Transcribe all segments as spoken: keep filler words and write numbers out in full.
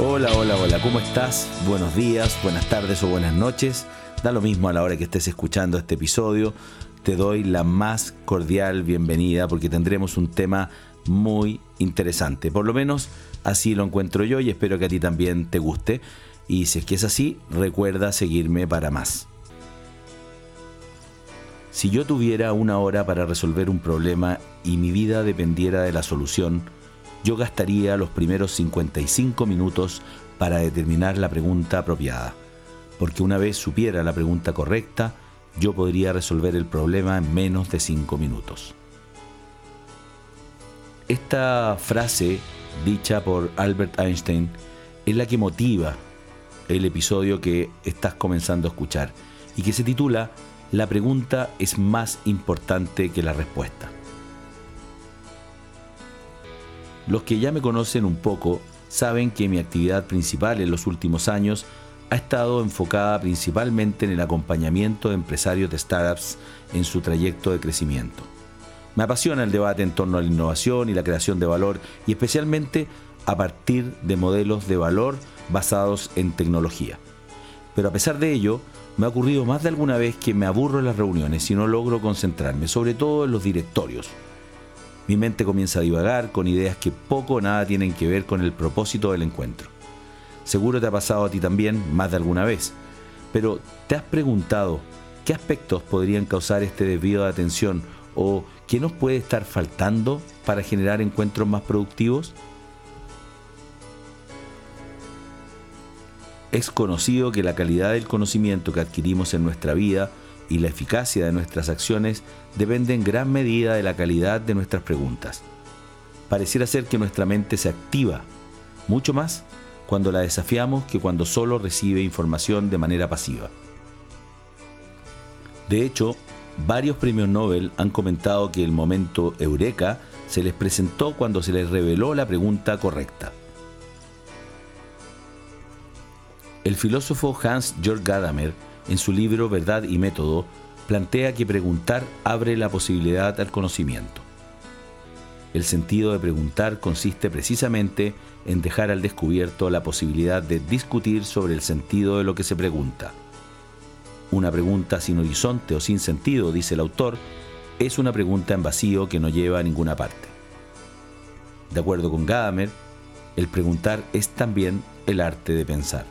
Hola, hola, hola, ¿cómo estás? Buenos días, buenas tardes o buenas noches. Da lo mismo a la hora que estés escuchando este episodio. Te doy la más cordial bienvenida porque tendremos un tema muy interesante. Por lo menos así lo encuentro yo y espero que a ti también te guste. Y si es que es así, recuerda seguirme para más. Si yo tuviera una hora para resolver un problema y mi vida dependiera de la solución, yo gastaría los primeros cincuenta y cinco minutos para determinar la pregunta apropiada, porque una vez supiera la pregunta correcta, yo podría resolver el problema en menos de cinco minutos. Esta frase, dicha por Albert Einstein, es la que motiva el episodio que estás comenzando a escuchar y que se titula "La pregunta es más importante que la respuesta". Los que ya me conocen un poco saben que mi actividad principal en los últimos años ha estado enfocada principalmente en el acompañamiento de empresarios de startups en su trayecto de crecimiento. Me apasiona el debate en torno a la innovación y la creación de valor, y especialmente a partir de modelos de valor basados en tecnología. Pero a pesar de ello, me ha ocurrido más de alguna vez que me aburro en las reuniones y no logro concentrarme, sobre todo en los directorios. Mi mente comienza a divagar con ideas que poco o nada tienen que ver con el propósito del encuentro. Seguro te ha pasado a ti también más de alguna vez, pero ¿te has preguntado qué aspectos podrían causar este desvío de atención o qué nos puede estar faltando para generar encuentros más productivos? Es conocido que la calidad del conocimiento que adquirimos en nuestra vida y la eficacia de nuestras acciones depende en gran medida de la calidad de nuestras preguntas. Pareciera ser que nuestra mente se activa mucho más cuando la desafiamos que cuando solo recibe información de manera pasiva. De hecho, varios premios Nobel han comentado que el momento eureka se les presentó cuando se les reveló la pregunta correcta. El filósofo Hans-Georg Gadamer, en su libro Verdad y Método, plantea que preguntar abre la posibilidad al conocimiento. El sentido de preguntar consiste precisamente en dejar al descubierto la posibilidad de discutir sobre el sentido de lo que se pregunta. Una pregunta sin horizonte o sin sentido, dice el autor, es una pregunta en vacío que no lleva a ninguna parte. De acuerdo con Gadamer, el preguntar es también el arte de pensar.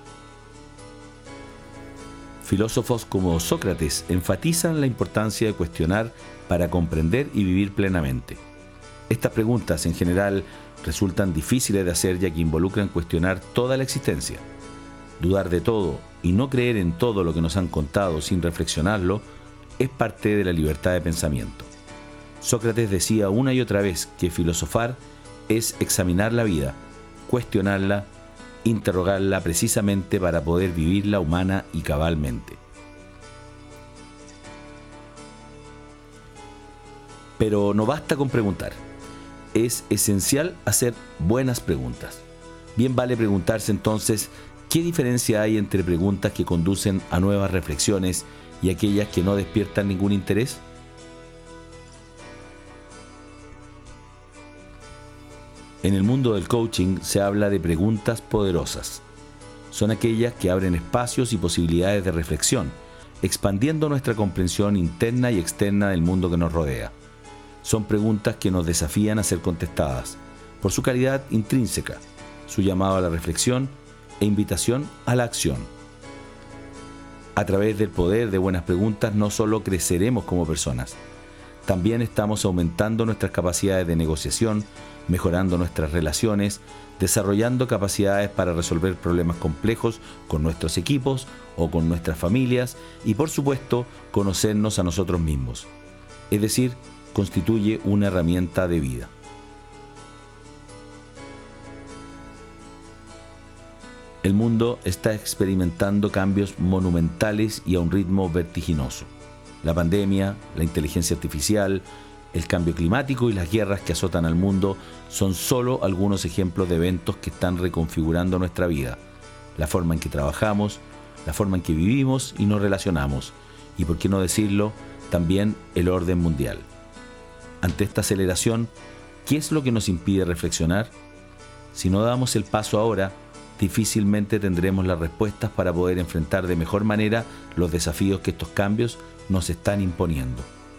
Filósofos como Sócrates enfatizan la importancia de cuestionar para comprender y vivir plenamente. Estas preguntas en general resultan difíciles de hacer ya que involucran cuestionar toda la existencia. Dudar de todo y no creer en todo lo que nos han contado sin reflexionarlo es parte de la libertad de pensamiento. Sócrates decía una y otra vez que filosofar es examinar la vida, cuestionarla, interrogarla precisamente para poder vivirla humana y cabalmente. Pero no basta con preguntar. Es esencial hacer buenas preguntas. Bien vale preguntarse entonces qué diferencia hay entre preguntas que conducen a nuevas reflexiones y aquellas que no despiertan ningún interés. En el mundo del coaching se habla de preguntas poderosas. Son aquellas que abren espacios y posibilidades de reflexión, expandiendo nuestra comprensión interna y externa del mundo que nos rodea. Son preguntas que nos desafían a ser contestadas, por su calidad intrínseca, su llamado a la reflexión e invitación a la acción. A través del poder de buenas preguntas no solo creceremos como personas, también estamos aumentando nuestras capacidades de negociación, mejorando nuestras relaciones, desarrollando capacidades para resolver problemas complejos con nuestros equipos o con nuestras familias y, por supuesto, conocernos a nosotros mismos. Es decir, constituye una herramienta de vida. El mundo está experimentando cambios monumentales y a un ritmo vertiginoso. La pandemia, la inteligencia artificial, el cambio climático y las guerras que azotan al mundo son solo algunos ejemplos de eventos que están reconfigurando nuestra vida, la forma en que trabajamos, la forma en que vivimos y nos relacionamos, y por qué no decirlo, también el orden mundial. Ante esta aceleración, ¿qué es lo que nos impide reflexionar? Si no damos el paso ahora, difícilmente tendremos las respuestas para poder enfrentar de mejor manera los desafíos que estos cambios nos están imponiendo.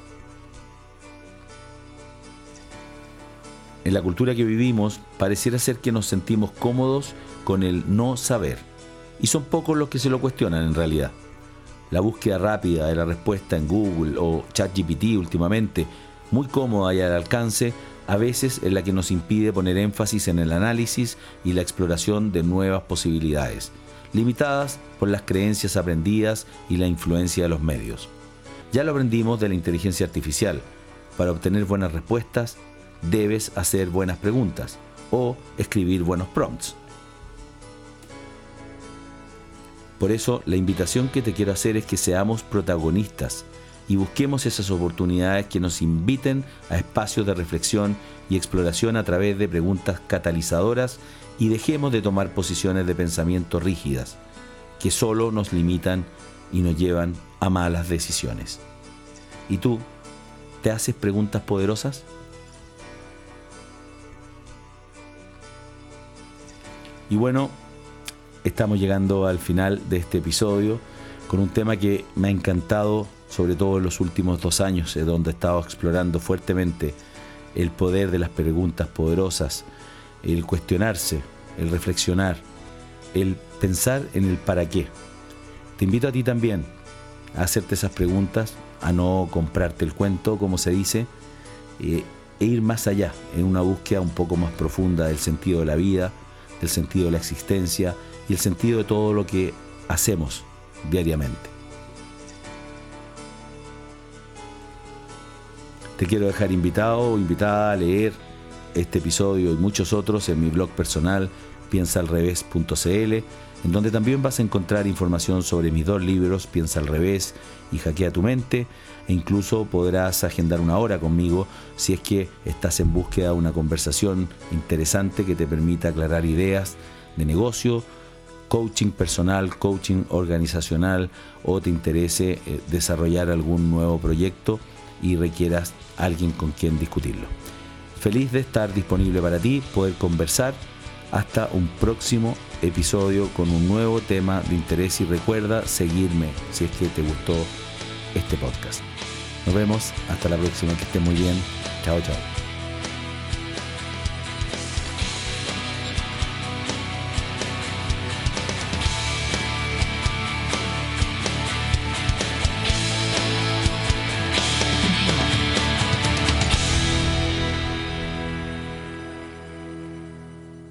En la cultura que vivimos, pareciera ser que nos sentimos cómodos con el no saber, y son pocos los que se lo cuestionan en realidad. La búsqueda rápida de la respuesta en Google o ChatGPT últimamente, muy cómoda y al alcance, a veces es la que nos impide poner énfasis en el análisis y la exploración de nuevas posibilidades, limitadas por las creencias aprendidas y la influencia de los medios. Ya lo aprendimos de la inteligencia artificial. Para obtener buenas respuestas, debes hacer buenas preguntas o escribir buenos prompts. Por eso, la invitación que te quiero hacer es que seamos protagonistas y busquemos esas oportunidades que nos inviten a espacios de reflexión y exploración a través de preguntas catalizadoras y dejemos de tomar posiciones de pensamiento rígidas que solo nos limitan y nos llevan a malas decisiones. ¿Y tú? ¿Te haces preguntas poderosas? Y bueno, estamos llegando al final de este episodio con un tema que me ha encantado, sobre todo en los últimos dos años, es donde he estado explorando fuertemente el poder de las preguntas poderosas, el cuestionarse, el reflexionar, el pensar en el para qué. Te invito a ti también a hacerte esas preguntas, a no comprarte el cuento, como se dice, eh, e ir más allá, en una búsqueda un poco más profunda del sentido de la vida, del sentido de la existencia y el sentido de todo lo que hacemos diariamente. Te quiero dejar invitado o invitada a leer este episodio y muchos otros en mi blog personal piensa al revés punto c l, en donde también vas a encontrar información sobre mis dos libros, Piensa al Revés y Hackea tu Mente, e incluso podrás agendar una hora conmigo si es que estás en búsqueda de una conversación interesante que te permita aclarar ideas de negocio, coaching personal, coaching organizacional, o te interese eh, desarrollar algún nuevo proyecto y requieras alguien con quien discutirlo. Feliz de estar disponible para ti, poder conversar. Hasta un próximo episodio con un nuevo tema de interés y recuerda seguirme si es que te gustó este podcast. Nos vemos, hasta la próxima, que estés muy bien. Chao, chao.